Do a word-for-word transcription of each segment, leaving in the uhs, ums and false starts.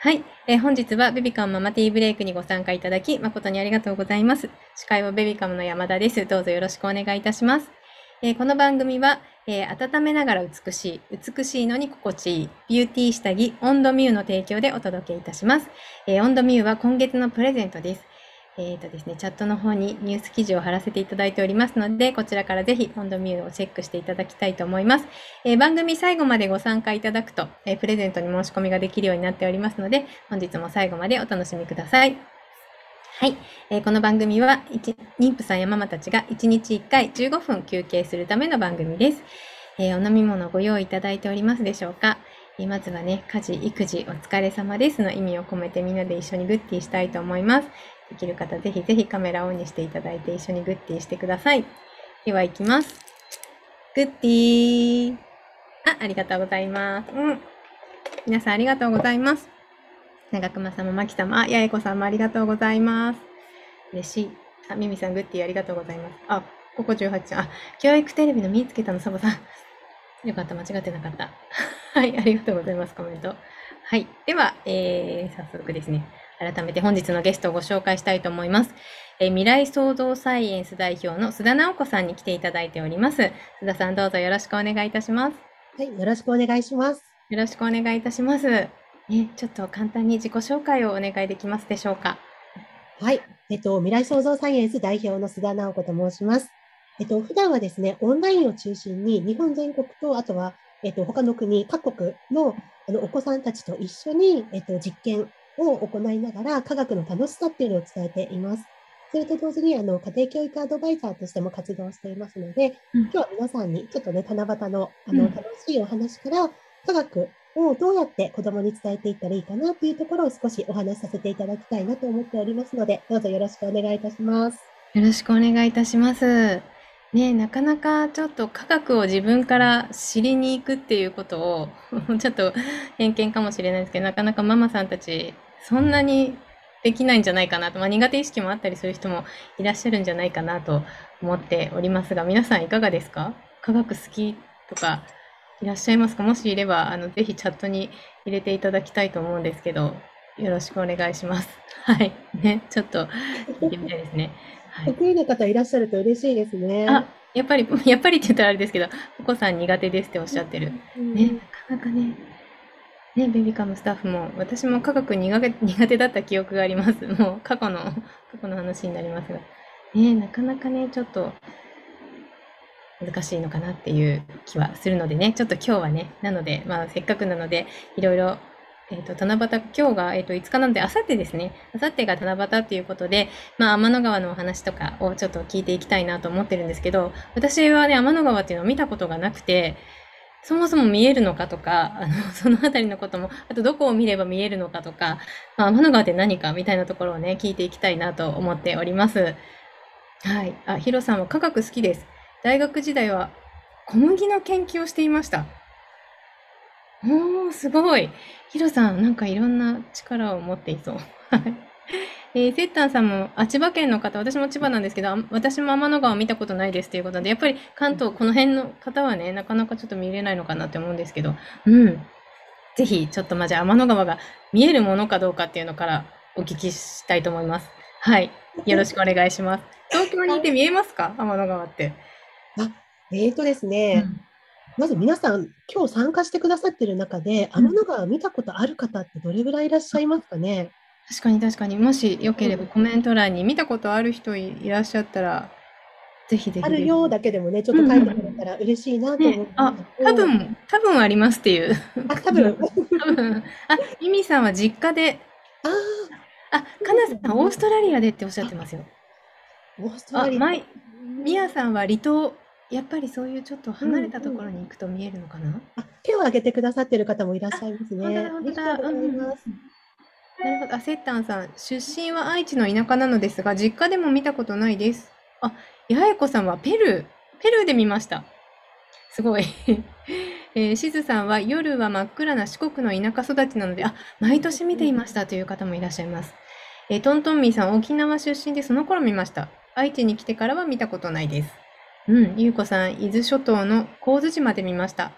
はい、えー本日はベビカムママティーブレイクにご参加いただき、誠にありがとうございます。司会はベビカムの山田です。どうぞよろしくお願いいたします。えーこの番組は、えー温めながら美しい、美しいのに心地いい、ビューティー下着、オンドミューの提供でお届けいたします。えーオンドミューは今月のプレゼントです。えーとですね、チャットの方にニュース記事を貼らせていただいておりますので、こちらからぜひオンドミューをチェックしていただきたいと思います。えー番組最後までご参加いただくと、えープレゼントに申し込みができるようになっておりますので、本日も最後までお楽しみください。はい、えーこの番組は、一妊婦さんやママたちがいちにちいっかいじゅうごふん休憩するための番組です。えーお飲み物をご用意いただいておりますでしょうか。えーまずはね、家事、育児、お疲れ様ですの意味を込めてみんなで一緒にグッティしたいと思います。できる方、ぜひぜひカメラをオンにしていただいて一緒にグッティしてください。では、いきます。グッティー。あ、ありがとうございます。うん。皆さんありがとうございます。長熊さんもまきさんも、あ、八重子さんもありがとうございます。嬉しい。あ、ミミさん、グッティありがとうございます。あ、ココじゅうはちちゃん、あ、教育テレビの見つけたのサボさん。よかった、間違ってなかった。はい、ありがとうございます、コメント。はい。では、えー、早速ですね、改めて本日のゲストをご紹介したいと思います。えー未来創造サイエンス代表の須田直子さんに来ていただいております。須田さん、どうぞよろしくお願いいたします。 はい、よろしくお願いします。 よろしくお願いいたします。ね、ちょっと簡単に自己紹介をお願いできますでしょうか。 はい、えっと、未来創造サイエンス代表の須田直子と申します。えっと、普段はですね、オンラインを中心に日本全国と、あとは、えっと、他の国、各国のあのお子さんたちと一緒に、えっと、実験を行いながら、科学の楽しさっていうのを伝えています。それと同時に、あの、家庭教育アドバイザーとしても活動していますので、 うん、 今日は皆さんにちょっとね、七夕の、あの、 うん、 楽しいお話から、科学をどうやって子供に伝えていったらいいかなというところを少しお話しさせていただきたいなと思っておりますので、どうぞよろしくお願いいたします。 よろしくお願いいたします。ね、なかなかちょっと科学を自分から知りに行くっていうことをちょっと偏見かもしれないですけど、なかなかママさんたち、そんなにできないんじゃないかなと、まあ、苦手意識もあったりする人もいらっしゃるんじゃないかなと思っておりますが、皆さんいかがですか？科学好きとかいらっしゃいますか？もしいれば、あの、ぜひチャットに入れていただきたいと思うんですけど、よろしくお願いします。はい。ね、ちょっと聞いてみたいですね。はい。 得意な方いらっしゃると嬉しいですね。 あ、やっぱり、やっぱりって言ったらあれですけど、ココさん苦手ですっておっしゃってる。ね、 うんなかなかね、ね、ベビカムスタッフも、私も科学苦手苦手だった記憶があります。もう過去の、過去の話になりますが。ね、なかなかね、ちょっと難しいのかなっていう気はするのでね、ちょっと今日はね、なので、まあせっかくなので、いろいろ、えっ、と、七夕、今日が、えっ、と、いつかなので、あさってですね。あさってが七夕っていうことで、まあ天の川のお話とかをちょっと聞いていきたいなと思ってるんですけど、私はね、天の川っていうのを見たことがなくて、そもそも見えるのかとか、あの、そのあたりのことも、あとどこを見れば見えるのかとか、まあ、天の川って何かみたいなところをね、聞いていきたいなと思っております。はい。あ、ヒロさんは科学好きです。大学時代は小麦の研究をしていました。おー、すごい。ヒロさん、なんかいろんな力を持っていそう。はい。えー、セッタンさんも、あ、千葉県の方、私も千葉なんですけど、あ私も天の川見たことないですということで、やっぱり関東、この辺の方はね、なかなかちょっと見れないのかなって思うんですけど、うん。ぜひ、ちょっとまあ、じゃあ天の川が見えるものかどうかっていうのからお聞きしたいと思います。はい。よろしくお願いします。東京にいて見えますか？天の川って。 あ、えーとですね、 うん。 まず皆さん、今日参加してくださっている中で、 うん。 天の川見たことある方ってどれぐらいいらっしゃいますかね？ 確かに確かに。もしよけうん、 ればコメント欄に見たことある人いらっしゃったら、ぜひぜあひぜひ。 るよだけでもね、ちょっとうん書いてくれたうんら嬉しいなと思ね、 うんですあ、 けど、 多分、多分ありますっていうあ、多分、 感じの。多分、あ、ミミさんは実家で、 ああ、 あ、 そうですよカナさんオーね。 ストラリアでっておっしゃっあ、 てますよ。 オーストラあ、 リア。 マイ、ミヤさんは離島、やっぱりそういうちょっとう離れたとんうん。 ころに行くと見えるのかな？ あ、手を挙げてくださっている方もいらっしあ、 ゃいます本当だね。あ本当だ。 りがとうごうんうんうん。 ざいます。 なるほど。あ、セッタンさん、出身は愛知の田舎なのですが、実家でも見たことないです。あ、八重子さんはペルー、ペルーで見ました。すごい。えー、しずさんは夜は真っ暗な四国の田舎育ちなので、あ、毎年見ていましたという方もいらっしゃいます。えー、トントンミーさん、沖縄出身でその頃見ました。愛知に来てからは見たことないです。うん、ゆうこさん、伊豆諸島の神津島で見ました。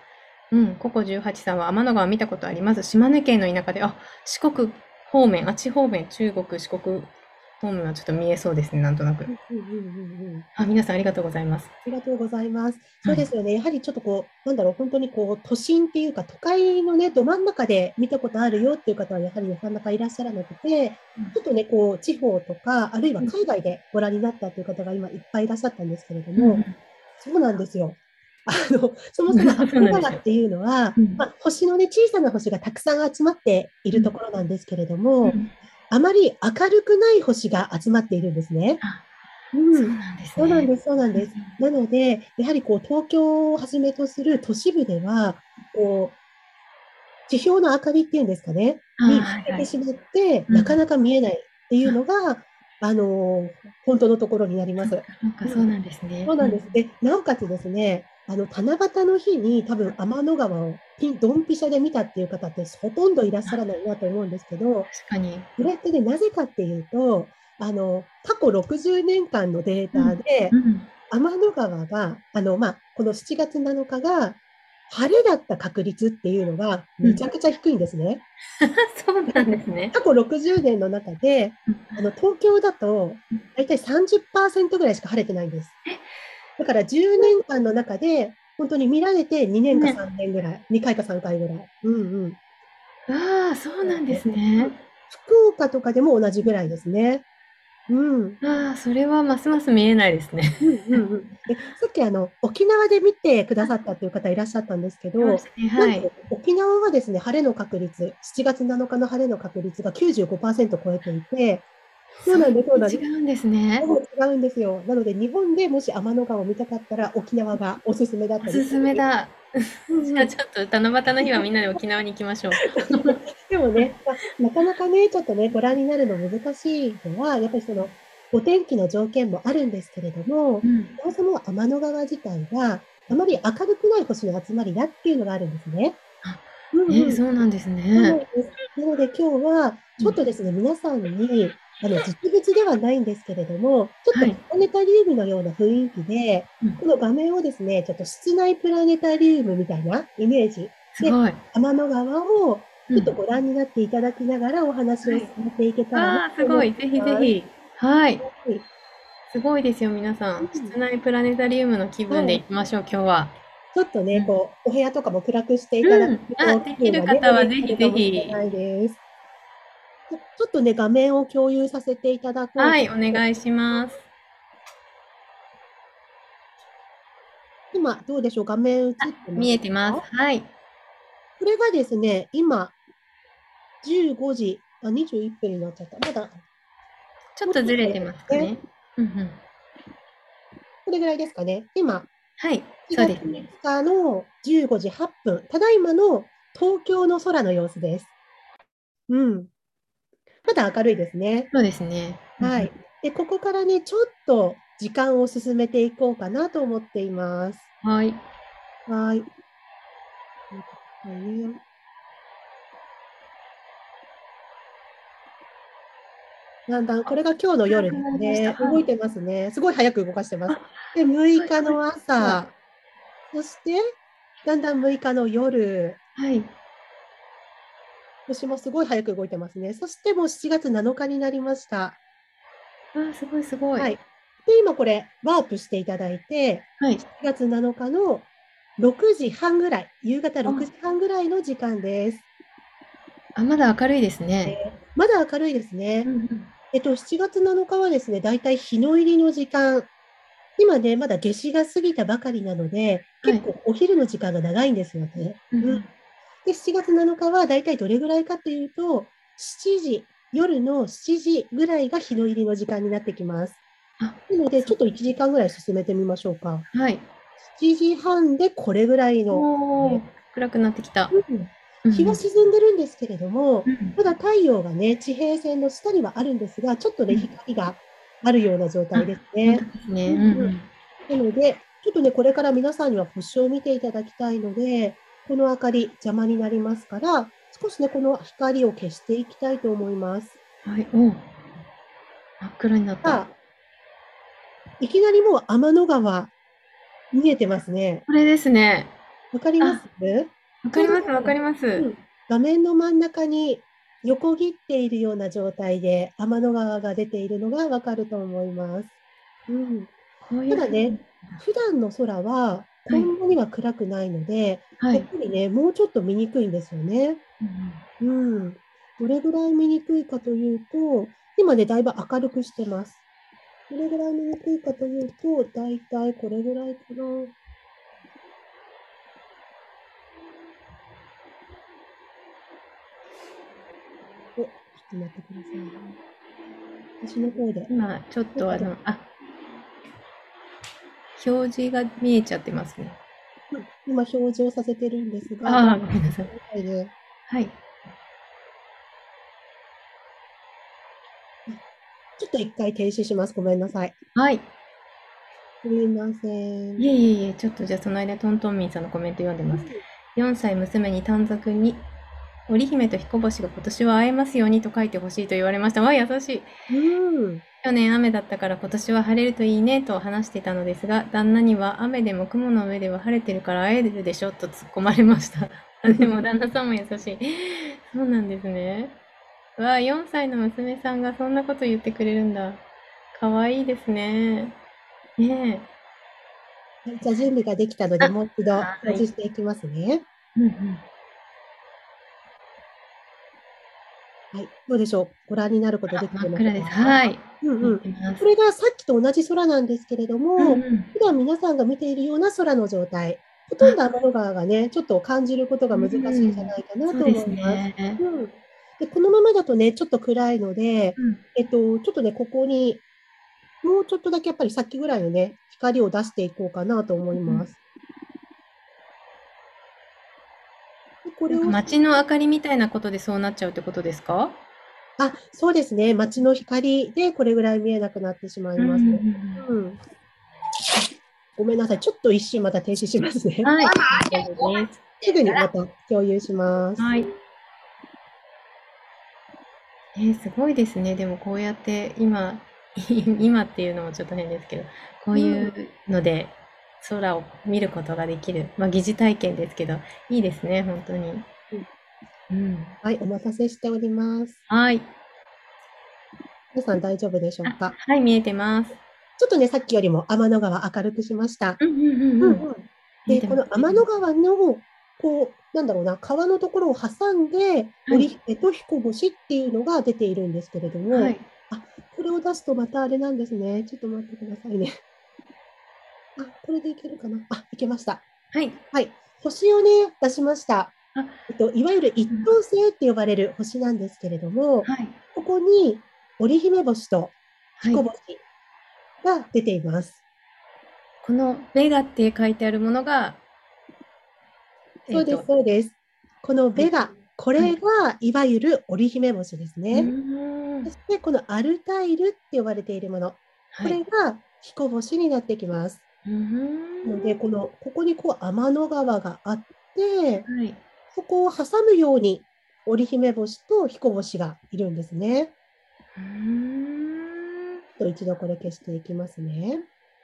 うん、ココじゅうはちさんは天の川見たことあります。島根県の田舎で、あ、四国方面、あっち方面、中国、四国方面はちょっと見えそうですね、なんとなく。 うんうんうんうんうん。 あ、皆さんありがとうございます。 ありがとうございます。そはい。 うですよね。やはりちょっとこう、なんだろう、本当にこう、都心っていうか、都会のね、ど真ん中で見たことあるよっていう方は、やはりなかなかいらっしゃらなくて、ちょっとね、こう、地方とか、あるいはうん、 海外でご覧になったという方が今いっぱいいらっしゃったんですけれどうん、うも、 ん。 そうなんですよ。あの、そもそも天のそうなんですよ。 川っていうのは、 うん、 まあ、星のね、小さな星がたくさん集まっていうん、 るところなんですけれども、 うん。 あまり明るくない星が集まっているんですね。 あ、 うん、 そうなんですね。 そうなんです、そうなんです。なので、やはりこう東京をはじめとする都市部では、こう地表の明かりっていうんですかね、 ああ、 にはいはい。 負けてしまって、 うん。 なかなか見えないっていうあ、 のが、あの本当のところになります。 そっかそっか、 うん、 そうなんですね。うん。 そうなんです。で、なおかつですね、あの七夕の日に多分天の川をピンドンピシャで見たっていう方ってほとんどいらっしゃらないなと思うんですけど、 確かに。 それってね、なぜかっていうと、あの過去ろくじゅうねんかんのデーうん、 タで、 うん。 天の川が、あの、まあ、このしちがつなのかが、晴れだった確率っていうのがうん。 めちゃくちゃ低いんですね。 そうなんですね。 過去ろくじゅうねんの中で、 うん、 あの東京だとうん。 大体さんじゅっパーセントぐらいしか晴れてないんです。だからじゅうねんかんの中で、本当に見られてにねんかね。 さんねんぐらい、にかいかさんかいぐらい。うんうん。 ああ、そうなんでそうですね。 すね。 うん、福岡とかでも同じぐらいですね。うん。 ああ、それはますます見えないですね。 うんうんうん。で、さっきあの、沖縄で見てくださったという方いらっしゃったんですけど、 いましたね、はい。 なんと沖縄はですね、晴れの確率、しちがつなのかの晴れの確率がきゅうじゅうごパーセント超えていて、そうそんななんです、そうなんです。 に違うんですね。 ほぼ違うんですよ。なので、日本でもし天の川を見たかったら、沖縄がおすすめだったりおすすめするんです。 だ。 うんうん。 じゃあちょっと七夕の日はみんなで沖縄に行きましょう。 でもね、まあ、なかなかね、ちょっとね、ご覧になるの難しいのは、やっぱりその、お天気の条件もあるんですけれども、 うん。 そもそも天の川自体があまり明るくない星の集まりだっていうのがあるんですね。 あ、えー、 うんうん。 そうなんですそうなんね。 です。なので今日は、 うん。 ちょっとですね、皆さんに、あの、実物ではないんですけれども、ちょっとはい。 プラネタリウムのような雰囲気で、 うん。 この画面をですね、ちょっと室内プラネタリウムみたいなイメージで、 すごい。 天の川をうん。 ちょっとご覧になっていただきながらお話をはい。 進めていけたらなああ、すごい。 と思ってぜいます。 ひぜひ。はい。 はい。 すごいですよ、皆さん。 うん。 室内プラネタリウムの気分ではい。 行きましょう、今日は。 ちょっとね、こう、お部屋とかも暗くしていただくうん。あ、 と気でき分がね、盛る方はり上がるかぜひぜひ。 もしれないです。ちょちょっとね、画面を共有させていただこうはい、 と。 お願いします。 今、どうでしょう、画面映ってま見すえてます。 か？ はい。 これがですね、今、じゅうごじ、あ、にじゅういっぷんになっちゃった。まだ、 ちょっもうちょっとでとずれてますかね。 すね。 うんうん。 これぐらいですかね。今、 はい、 7月そうですね。 みっかのじゅうごじはっぷん、ただいまの東京の空の様子です。うん。まだ明るいですね。 そうですね。うんうん。 はい。で、ここからね、ちょっと時間を進めていこうかなと思っています。 はい。 はい。待ってくださいね。だんだん、これが今日の夜暗くですなりました。 ね。 はい。 動いてますね。すごい早く動かしてます。 あ、 で、6 すごいすごい。 日のそう。 朝、そして、だんだんむいかの夜、 はい。 星もすごい早く動いてますね。そしてもうしちがつなのかになりました。 あ、すごいすごい。 はい。で、今これ、ワープしていただいて、 はい。 しちがつなのかのろくじはんぐらい、夕方あ、 ろくじはんぐらいの時間です。 あ、まだ明るいですえね。 ーまだ明るいですね。 うんうん。 えっと、しちがつなのかはですね、だいたい日の入りの時間、今ね、まだ夏至が過ぎたばかりなので、 はい。 結構お昼の時間が長いんですよね。うん。 うんうん。 で、しちがつなのかはだいたいどれぐらいかというと、しちじ、夜のしちじぐらいが日の入りの時間になってきます。 あ、 なので、ちょっとそっか。 いちじかんぐらい進めてみましょうか。 はい。 しちじはんでこれぐらいの、 おお、 ね、 暗くなってきた。 うん、日はうんうん。 沈んでるんですけれども、 うん。 まだ太陽がね、地平線の下にはあるんですが、ちょっとね、 うん。 光があるような状態あ、 ですほんとね。 ですね。 うんうん。 うんうん。 なので、ちょっとね、これから皆さんには星を見ていただきたいので、この明かり邪魔になりますから、少しね、この光を消していきたいと思います。 はい、おお、真っ暗になった。 さあ、いきなりもう天の川見えてますね。 これですね。 わかりまあ、 す？ わかります、 ちょうどわかります。 うん、画面の真ん中に横切っているような状態で天の川が出ているのがわかると思います。うん。 こういうふうに。 ただね、普段の空ははい。 こんなには暗くないので、 はい。 やっぱりね、もうちょっと見にくいんですよね。 うんうんうん。どれぐらい見にくいかというと、今ね、だいぶ明るくしてます。どれぐらい見にくいかというと、だいたいこれぐらいかな。お、ちょっと待ってくださいね。私の方で。 今、ちょっとあうんの、あ、表示が見えちゃってますね。 今表示をさせてるんですが、 ああ、ごめんなさい。 はいね、 はい。 ちょっと一回停止します。ごめんなさい。 はい。 すみません。 いえいえいえ、ちょっとじゃあその間、トントンミンさんのコメント読んでます。よんさい娘に短冊に、織姫と彦星が今年は会えますようにと書いてほしいと言われました。わあ、優しい。 うん。 去年雨だったから今年は晴れるといいねと話していたのですが、旦那には雨でも雲の上では晴れてるから会えるでしょと突っ込まれました。あでも旦那さんも優しい。そうなんですね。わあ、よんさいの娘さんがそんなこと言ってくれるんだ。かわいいですね。ねはいじゃあ準備ができたのえ。 で、 あ、 もう一度はい。 表示していきますね。 うんうん。 はい。どうでしょう。ご覧になることできて真っ暗です。 ますか？ はい。見うんうん。 てます。 これがさっきと同じ空なんですけれども、 うんうん。 普段皆さんが見ているような空の状態。ほとんあ、 ど天の川がね、ちょっと感じることがう難しいんじゃん。 ないかなとそうです思います。 ね。 うん。で、このままだとね、ちょっと暗いので、 うん。 えっと、ちょっとね、ここにもうちょっとだけやっぱりさっきぐらいのね、光を出していこうかなと思いうん。 ます。で、こなんかれを、 街の明かりみたいなことでそうなっちゃうってことですか？ あ、そうですね。街の光でこれぐらい見えなくなってしまいうんうんます。 うんうん。 うん。ごめんなさい。ちょっと一瞬また停止しますね。 はい、大丈夫です。 すぐにまた共有します。 はい。えー、すごいですね。でもこうやって今、今っていうのもちょっと変ですけど、こううん。 いうので空を見ることができる。まあ、疑似体験ですけど、いいですね、本当に。うん。 はい、お待たせしております。 はい。 皆さん大丈夫でしょうあ、 か？ はい、見えてます。 ちょっとね、さっきよりも天の川明るくしました。 うんうんうんうん。 うんうん。で、 見えてます、 この天見えてます。 の川の、こう、なんだろうな、川のところを挟んで、 はい。 織姫と彦星っていうのが出ているんですけれども、 はい。 あ、これを出すとまたあれなんですね。ちょっと待ってくださいね。あ、これでいけるかな。あ、いけました。 はい。 はい。星をね、出しました。 あ、 えっと、いわゆる一うん。 等星って呼ばれる星なんですけれども、 はい。 ここに織姫星とはい。 彦星が出ています。 このベガって書いてあるものが、えっと、 そうです、そうです。このはい。 ベガ、こはい。 れがいわゆる織姫星ですうーね。そん。 してこのアルタイルって呼ばれているもの、 はい。 これが彦星になってきます。 うーん。 なので、この、ここにこう天の川があって、 はい。 そこを挟むように織姫星と彦星がいるんですね。 うーん。 と一度これ消していきますね。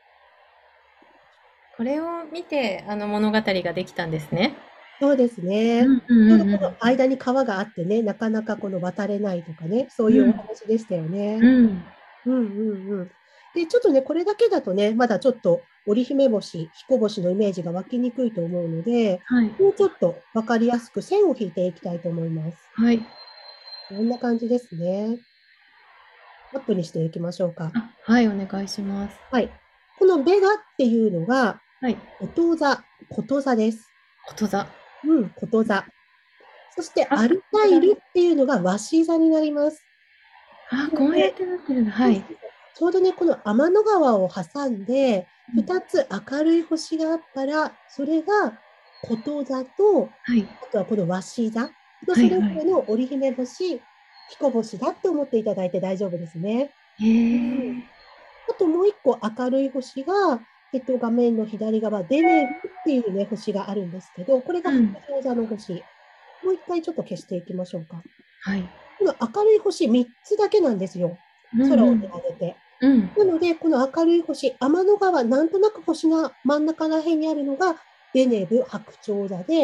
これを見て、あの物語ができたんですね。 そうですうね。 んうんちょうどうんうん。 この間に川があってね、なかなかこの渡れないとかね、そういうおうん。 話でしたよね。 うん。 うんうんうん。で、ちょっとね、これだけだとね、まだちょっと織姫星、彦星のイメージが湧きにくいと思うので、 はい。 もうちょっと分かりやすく線を引いていきたいと思います。 はい。 こんな感じですね。アップにしていきましょうか。 あ、はい、お願いします。 はい。このベガっていうのが、 はい。 こと座、こと座です。 こと座。 うん、こと座。そしてあ、 アルタイルっていうのが鷲座になります。 あ、 なので、 こうやってなってるんだ。はい。 そうそうそうちょうどね、この天の川を挟んで、 うん。 ふたつ明るい星があったら、それがこと座と、 はい。 あとはこの鷲座のそれぞはいはい。 れの織姫星、彦星だって思っていただいて大丈夫ですね。 へうん、 え。 あともう一個明るい星が、えっと、画面の左側、デネブっていうね、星があるんですけど、これが白うん。 鳥座の星。もう一回ちょっと消していきましょうか。 はい。 この明るい星みっつだけなんですよ。 うん空を見うん。 上げて。 うん。 なので、この明るい星、天の川、なんとなく星が真ん中ら辺にあるのが、デネブ白鳥座で、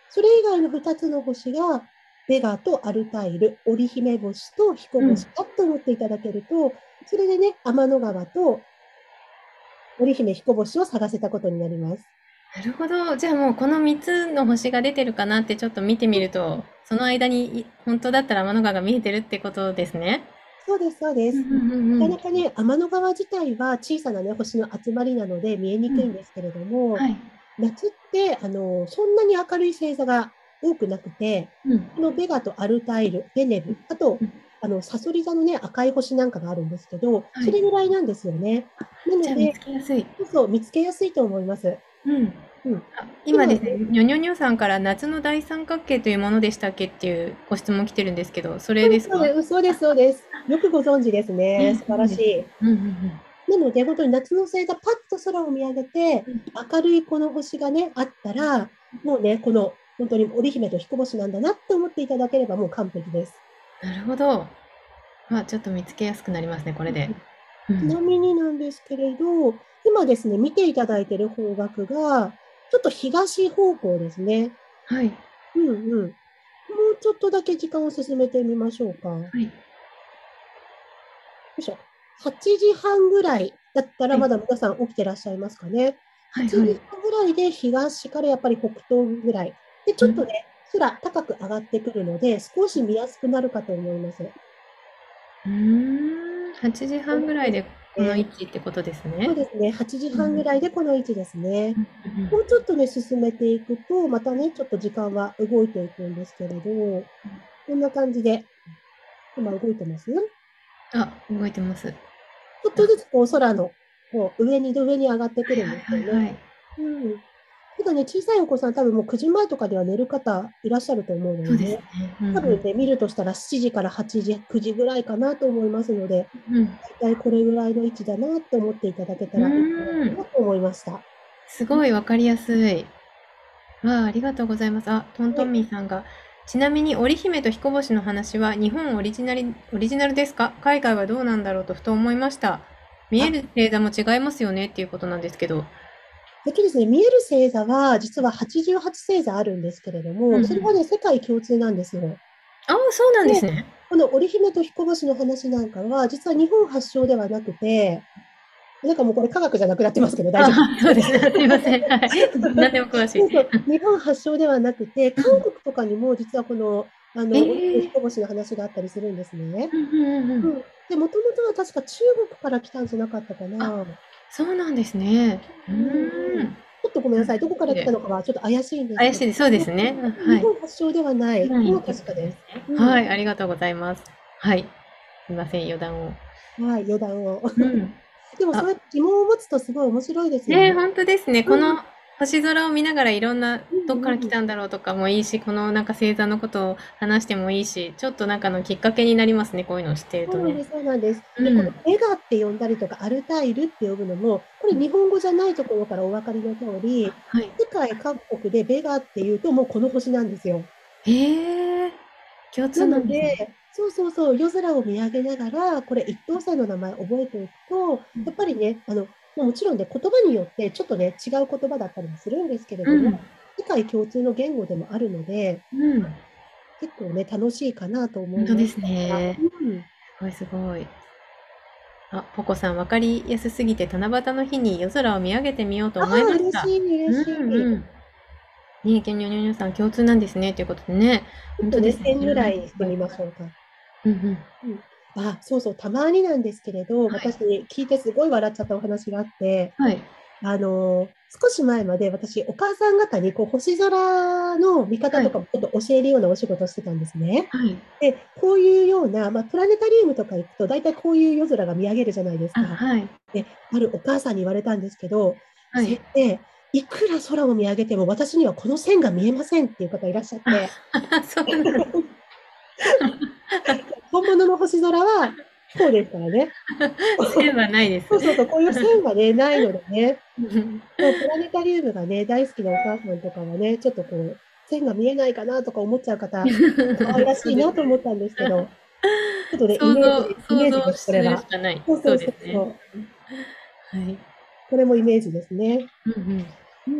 それ以外のふたつの星が、ベガとアルタイル、織姫星と彦星だと思っていただけると、それでね、天の川と織姫彦星を探せたことになります。 なるほど。じゃあもうこのみっつの星が出てるかなってちょっと見てみると、その間にい本当だったら天の川が見えてるってことですね。 そうです、そうです。 うんうんうんうん。 なかなかね、天の川自体は小さなね、星の集まりなので見えにくいんですけれども、 はい。 夏って、あの、そんなに明るい星座が多くなくて、 うん。 このベガとアルタイル、ゲネブ、あと、 うんあの、サソリ座のね、赤い星なんかがあるんですけど、そはい。 れぐらいなんですよね。なので、 じゃあ見つけやすい。 そうそう、見つけやすいと思います。 うん。 うん。 あ、 でも、 今ですね、にょにょにょさんから夏の大三角形というものでしたっけっていうご質問来てるんですけど、それですか？ そうです、そうです。よくご存知ですね。 ね、 素そうなんです。 晴らしい。 うんうんうん。 なので、本当に夏の星座、パッと空を見上げて、明るいこの星がね、あったら、もうね、この、本当に織姫と彦星なんだなって思っていただければもう完璧です。 なるほど。あ、ちょっと見つけやすくなりますね、これで。うん。 ちなみになんですけれど、今ですね、見ていただいている方角が、ちょっと東方向ですね。 はい。 うんうん。もうちょっとだけ時間を進めてみましょうか。よはい。 いしょ。はちじはんぐらいだったらはい。 まだ皆さん起きてらっしゃいますかね。8 はいはい。 時半ぐらいで東からやっぱり北東ぐらい。で、ちうん。 ょっとね、空高く上がってくるので、少し見やすくなるかと思います。 うーん、はちじはんぐらいでこの位ね、 置ってことですね。 そうですね、はちじはんぐうん。 らいでこの位置ですね。 うんうんうん。 もうちょっとね、進めていくと、またね、ちょっと時間は動いていくんですけれど、こんな感じで、今動いてますちあ、動いてます。 ょっとずつこう空のこう上に上に上がってくるんはいですよね。 はいはいはい。 うん。ただね、小さいお子さん、多分もうくじまえとかでは寝る方いらっしゃると思うのそうですでね、 ね。うんうん。 多分ね、見るとしたらしちじからはちじ、くじぐらいかなと思いますので、 うん。 大体これぐらいの位置だなって思っていただけたうらいいかーん。 なと思いました。 すごいわかりやすい。わあ、ありがとうございます。あ、トントンはい。 ミーさんが。ちなみに、織姫と彦星の話は日本オリジナル、オリジナルですか？海外はどうなんだろうとふと思いました。見えあ、 る星座も違いますよねっていうことなんですけど。 えっとですね、見える星座は実ははちじゅうはち星座あるんですけれども、それうんうん。 はね、世界共通なんですよ。 ああ、そうなんですで、 ね。 この織姫と彦星の話なんかは、実は日本発祥ではなくて、なんかもうこれ科学じゃなくなってますけど大あ丈夫ですあ、そうですね。すいません。はい。何でも詳しい。 そうそう、日本発祥ではなくて、韓うん。 国とかにも実はこの、あの、織姫とええ。 彦星の話があったりするんですね。 うんうんうんうん。 うん。で、もともとは確か中国から来たんじゃなかったかあ、 な。 そうなんですね。ううんうん。ちーん。 ょっとごめんなさい。どこから来たで、 のかはちょっと怪しいんですけど、 怪しいです。そうですね。あ、はい。 日本発祥ではないのはないっていうこ確かです。 とですね。 うん。 はい、ありがとうございます。はい。すいません、余談を。 はい、余談を。 うん。 でもそうあ、 やって疑問を持つとすごい面白いですよねえ、 ね。 ほんとですね。こうんうん。 の星空を見ながらいろんなどっうんうん。 から来たんだろうとかもいいし、このなんか星座のことを話してもいいし、ちょっとなんかのきっかけになりますね、こういうのを知ってるとね。 そうなんです、そうなんです。で、このうん。 ベガって呼んだりとか、アルタイルって呼ぶのも、これ日本語じゃないところからお分かりの通り、 はい。 世界各国でベガっていうともうこの星なんですよ。 へえ、共通ななんですね。 ので、そうそうそう、夜空を見上げながら、これ一等星の名前覚えておくと、 うん。 やっぱりね、あの、ももちろんね、言葉によってちょっとね、違う言葉だったりもするんですけれども、 うん。 世界共通の言語でもあるので、 うん。 結構ね、楽しいかなと思いましほんとですた。 ね。 うん。 すごいすごい。あ、ポコさん分かりやすすぎて、七夕の日に夜空を見上げてみようとあ思いあ、 ました。 嬉しい、嬉うしい。 んうん。ねえ、けにょにょにょさん共通なんですね、ということでね。 ちょっとね、 ほんとですね、 線ぐ知らないとらいにしてみすごい怖い。 ましょうか。 うんうん。 うん。あ、そうそう、たまになんですけれど、 はい。 私聞いてすごい笑っちゃったお話があって、 はい。 あの、少し前まで私、お母さん方にこう星空の見方はい。 とかもちょっと教えるようなお仕事をしてたんですね。 はい。 で、こういうような、まあ、プラネタリウムとか行くと、大体こういう夜空が見上げるじゃないですあ、 か。 はい。 で、あるお母さんに言われたんですけど、 はい。 先生、いくら空を見上げても私にはこの線が見えませんっていう方いらっしゃって、 あ、そうなん本物の星空はこうですからね。 線はないです。 そうそうそう、こういう線がね、ないのでね、 うん。 そう、プラネタリウムがね、大好きなお母さんとかはね、ちょっとこう、線が見えないかなとか思っちゃう方、可愛らしいなとそうですね。 思ったんですけど、ちょっとね、イ想像メージでイ想像メージです、こすれは。 るしかない。 そうそうそうそうですね。 そう。 はい。 これもイメージですね。 うんうん。 うん。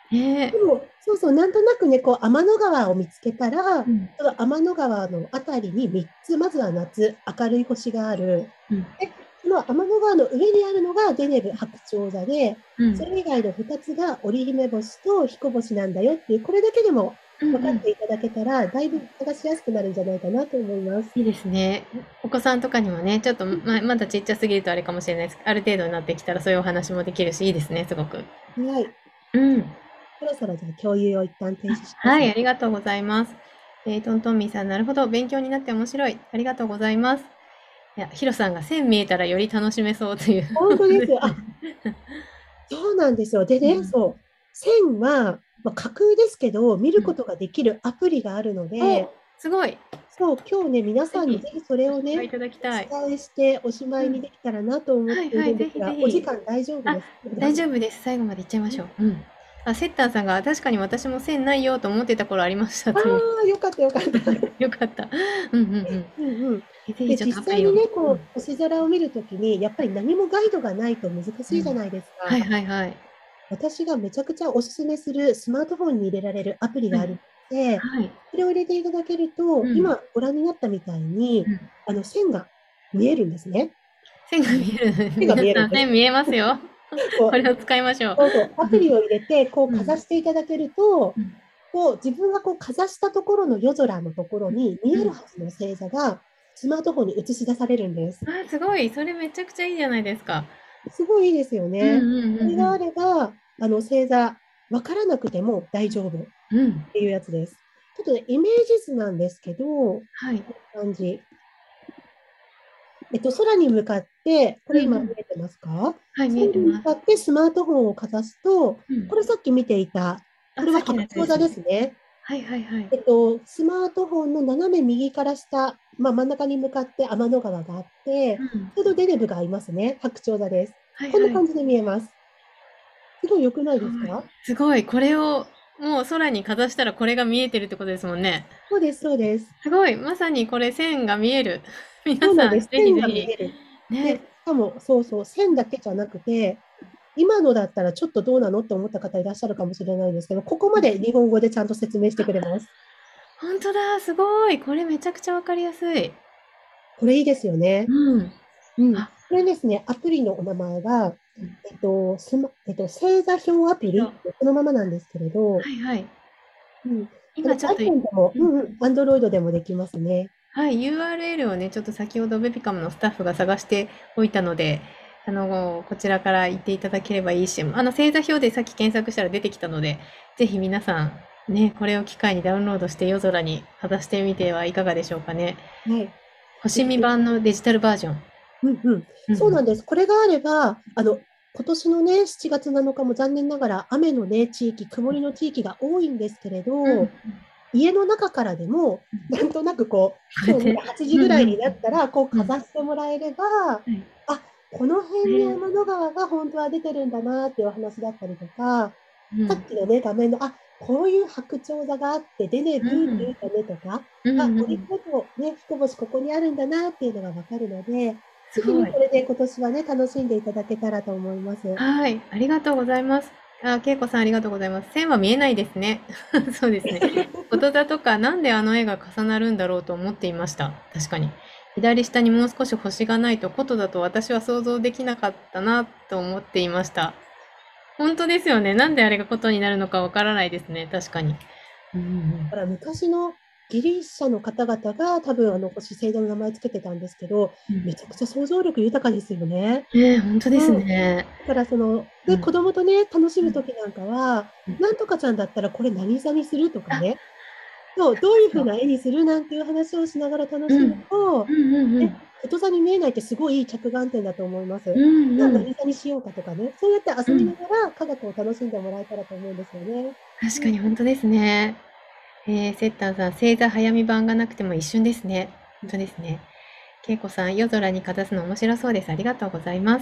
ねえ。 でも、そうそう、なんとなくね、こう、天の川を見つけたら、 うん。 その天の川のあたりにみっつ、まずは夏、明るい星がある。 うん。 で、その天の川の上にあるのがデネブ白鳥座で、 うん。 それ以外のふたつが織姫星と彦星なんだよっていう、これだけでもうんうん。 分かっていただけたら、だいぶ探しやすくなるんじゃないかなと思います。 いいですね。お子さんとかにもね、ちょっとままだちっちゃすぎるとあれかもしれないです。ある程度になってきたらそういうお話もできるし、いいですね、すごく。 はい。 うん。 そろそろじゃあ共有を一旦停止しますはい、 ね。 ありがとうございます。えー、トントンミーさん、なるほど、勉強になって面白い。ありがとうございます。いや、ヒロさんが線見えたらより楽しめそうという。 本当ですよ。あ、そうなんですよ。でね、 うん。 そう。線は、まあ、架空ですけど、見うん。 ることができるアプリがあるのお、 で、 すごい。 そう、今日ね、皆ぜひ、 さんにぜひそれをね、 ご紹介いただきたい。 お伝えしておしまいにうん。 できたらなと思っていはいはい、ぜるんですが、お時ひぜひ。 間大丈夫あ、 ですか？ 大丈夫です。最後までいっちゃいましょう。うん。あ、セッターさんが確かに私も線ないよと思ってた頃ありましたあという。 あ、よかったよかった。 よかった。うんうんうん。 うんうん。 えぜひで、 ちょっとアプリを。 実際にね、こう、 うん。 星空を見るときに、やっぱり何もガイドがないと難しいじゃうん。 ないですか。 はいはいはい。 私がめちゃくちゃおすすめするスマートフォンに入れられるアプリはい。 があるので、 はい。 それを入れていただけると、 うん。 今ご覧になったみたいに、 うん。 あの、線が見えるんですね。 線が見える。 線が皆さん、 見えるんです。 線見えますよ。 そう、 これを使いましょう。 そうそう、アプリを入れて、こう、 うん。 かざしていただけると、 うん。 こう、自分がこう、かざしたところの夜空のところに、見うん。 えるはずの星座が、スマートフォンに映し出されるんです。 あー、すごい。それめちゃくちゃいいじゃないですか。 すごいいいですようんうね。これがあんうんれば、あの、星座、わからなくても大丈夫っうん。うん。 ていうやつです。ちょっとね、イメージ図なんですけど、こはい。 んな感じ。えっと、空に向かって、これうんうん。 今見えてますか？ はい、見空えてます。 に向かってスマートフォンをかざすと、 うん。 これさっき見ていた、こあ、 れはさっきの白鳥座やつですね。 ですね。 はいはいはい。 えっと、スマートフォンの斜め右から下、まあ、真ん中に向かって天の川があって、 うん。 ちょうどデネブがありますね。白鳥座です。 はいはい。 こんな感じで見えます。すごい良くないすごい。 ですか？ すごい。これを、もう空にかざしたらこれが見えてるってことですもんね。 そうです、そうです。 すごい。まさにこれ線が見える。皆さん、 そうなんです。 ぜひ線ぜひ。 が見える。で、しね。 かも、そうそう、線だけじゃなくて、今のだったらちょっとどうなのって思った方いらっしゃるかもしれないんですけど、ここまで日本語でちゃんと説明してくれます。 ほんとだ。すごい。これめちゃくちゃわかりやすい。 これいいですよね。 うん。 うん。 あ、 これですね、アプリのお名前が、 うん。 えっと、スマ、えっと、星座表アプリそう。 ってそのままなんですけれど、 はいはい。 うん。これ今ちょっと、 iPhone でも、 うん。 うんうん、Android でもできますね。 はい、ユーアールエル をね、ちょっと先ほどベビカムのスタッフが探しておいたので、あの、こちらから言っていただければいいし、あの、星座表でさっき検索したら出てきたので、ぜひ皆さん、ね、これを機会にダウンロードして夜空にかざしてみてはいかがでしょうかね。 はい。ぜ星見ひぜひ。 版のデジタルバージョン。 うんうん。 うんうん。 そうなんです。これがあれば、あの、今年のね、しちがつなのかも残念ながら雨のね、地域、曇りの地域が多いんですけれうん。 ど、家の中からでも、なんとなくこう、今日ね、 こうやって。 はちじうんうん。 ぐらいになったら、こう、 うん。 かざしてもらえれば、 はい。 あ、この辺にね。 天の川が本当は出てるんだなっていうお話だったりとか、 うん。 さっきのね、画面の、あ、こういう白鳥座があって、でね、 うブーってん。 言ったねとか、あ、 うんうん。 オリコとね、彦星ここにあるんだなっていうのがわかるので、ぜひね、 すごい。 これで今年はね、楽しんでいただけたらと思います。 はい、ありがとうございます。あ、恵子さんありがとうございます。線は見えないですね。そうですね。こと座とか、なんであの絵が重なるんだろうと思っていました。確かに。左下にもう少し星がないと、ことだと私は想像できなかったなと思っていました。本当ですよね。なんであれがことになるのかわからないですね。確かに。うんうんだから昔のギリシャの方々が多分あの星星座の名前つけてたんですけど、 うん。 めちゃくちゃ想像力豊かですよね。 ねえ、本当ですうん。 ね。 だからその、で、 うん。 子供とね、楽しうん。 むときなんかは、 うん。 なんとかちゃんだったらこれ何座にするとかあ、 ね、そう、どういうそう。 風な絵にするなんていう話をしながら楽しむうん。 と、 うんうんうね、 ん。 こと座に見えないってすごいいい着眼点だと思います。 うんじゃあうん。 何座にしようかとかね、そうやって遊びなうん。 がら科学を楽しんでもらえたらと思うんですよね。 確かうん。 に本当ですね。えー、セッターさん、星座早見版がなくても一瞬ですね。本当ですね。恵子さん、夜空にかざすの面白そうです。ありがとうございます。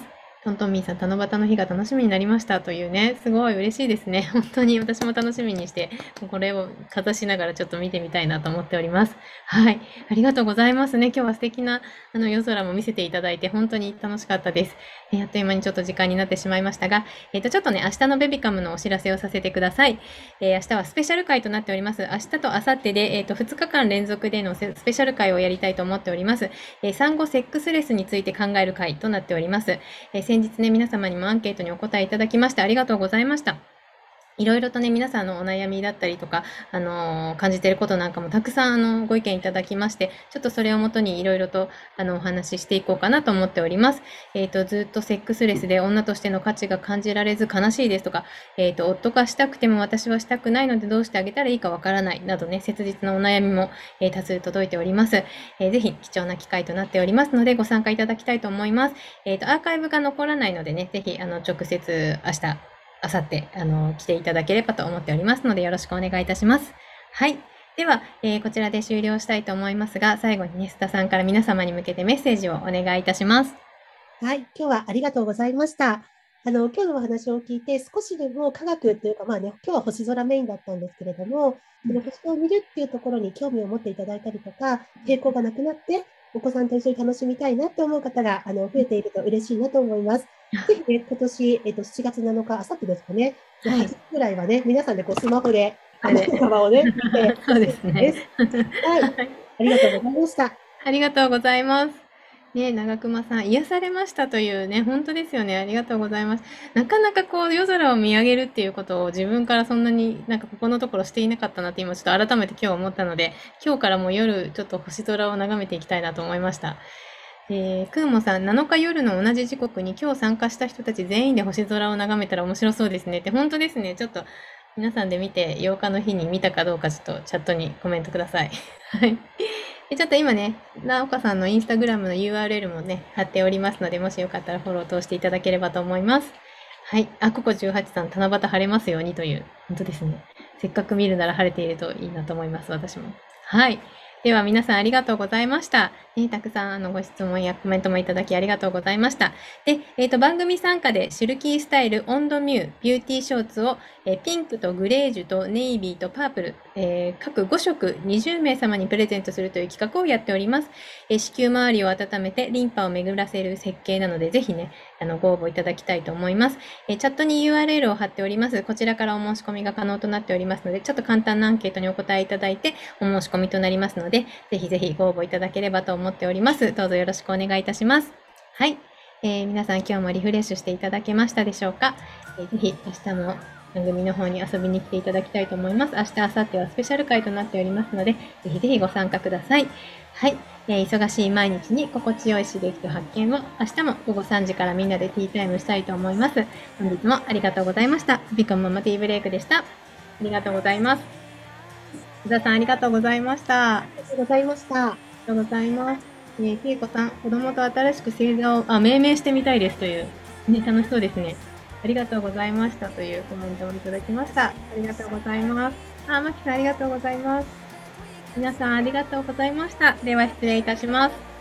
トントンミーさん、七夕の日が楽しみになりましたというね、すごい嬉しいですね。本当に私も楽しみにして、これをかざしながらちょっと見てみたいなと思っております。はい。ありがとうございますね。今日は素敵なあの夜空も見せていただいて、本当に楽しかったです。えー、あっという間にちょっと時間になってしまいましたが、えっ、と、ちょっとね、明日のベビカムのお知らせをさせてください。えー、明日はスペシャル回となっております。明日と明後日で、えっ、と、ふつかかん連続でのスペシャル回をやりたいと思っております。えー、産後セックスレスについて考える回となっております。えー、先日ね、皆様にもアンケートにお答えいただきましてありがとうございました。いろいろとね、皆さんのお悩みだったりとか、あのー感じていることなんかもたくさん、あの、ご意見いただきまして、ちょっとそれをもとにいろいろと、あの、お話ししていこうかなと思っております。えっ、と、ずっとセックスレスで女としての価値が感じられず悲しいですとか、えっ、と、夫がしたくても私はしたくないのでどうしてあげたらいいかわからない、などね、切実なお悩みも、えー多数届いております。えーぜひ貴重な機会となっておりますので、ご参加いただきたいと思います。えっ、と、アーカイブが残らないのでね、ぜひ、あの、直接明日、あさって、あの、来ていただければと思っておりますので、よろしくお願いいたします。はい。では、えーこちらで終了したいと思いますが、最後にね、須田さんから皆様に向けてメッセージをお願いいたします。 はい、今日はありがとうございました。あの、今日のお話を聞いて、少しでも科学というか、まあね、今日は星空メインだったんですけれども、その星を見るっていうところに興味を持っていただいたりとか、抵抗がなくなって、お子さんと一緒に楽しみたいなって思う方があの増えていると嬉しいなと思います。ぜひね、今年、えっと、しちがつなのか、あさってですかね、 はいはちじぐらいはね、皆さんでこうスマホで天の川をね、見てそうですでね。 す。はい、ありがとうございました。 ありがとうございます。ね、長熊さん、癒されましたというね、本当ですよね。ありがとうございます。なかなかこう、夜空を見上げるっていうことを自分からそんなになんかここのところしていなかったなって今ちょっと改めて今日思ったので、今日からもう夜ちょっと星空を眺めていきたいなと思いました。えー、くーもさん、なのか夜の同じ時刻に今日参加した人たち全員で星空を眺めたら面白そうですねって、本当ですね。ちょっと皆さんで見て、ようかの日に見たかどうかちょっとチャットにコメントください。はい。で、ちょっと今ね、なおかさんのインスタグラムの ユーアールエル もね、貼っておりますので、もしよかったらフォロー通していただければと思います。はい。あ、ココじゅうはちさん、七夕晴れますようにという、本当ですね。せっかく見るなら晴れているといいなと思います、私も。はい。では皆さんありがとうございました。ね、たくさんあのご質問やコメントもいただきありがとうございました。で、えっ、と、番組参加でシルキースタイルオンドミュービューティーショーツを、えーピンクとグレージュとネイビーとパープル、えー各ご色にじゅうめい様にプレゼントするという企画をやっております。えー子宮周りを温めてリンパを巡らせる設計なので、ぜひね、あの、ご応募いただきたいと思います。えーチャットに ユーアールエル を貼っております。こちらからお申し込みが可能となっておりますので、ちょっと簡単なアンケートにお答えいただいて、お申し込みとなりますので、ぜひぜひご応募いただければと思っております。どうぞよろしくお願いいたします。はい。えー皆さん今日もリフレッシュしていただけましたでしょうか。えーぜひ明日も番組の方に遊びに来ていただきたいと思います。明日、明後日はスペシャル回となっておりますので、ぜひぜひご参加ください。はい。えー忙しい毎日に心地よい刺激と発見を明日も午後さんじからみんなでティータイムしたいと思います。本日もありがとうございました。ビコンママティーブレイクでした。ありがとうございます。須田さんありがとうございました。 ありがとうございました。 ありがとうございます。えー、けいこさん、子供と新しく星座を、あ、命名してみたいですという、ね、楽しそうですね。ありがとうございましたというコメントをいただきました。ありがとうございます。あ、まきさんありがとうございます。皆さんありがとうございました。では失礼いたします。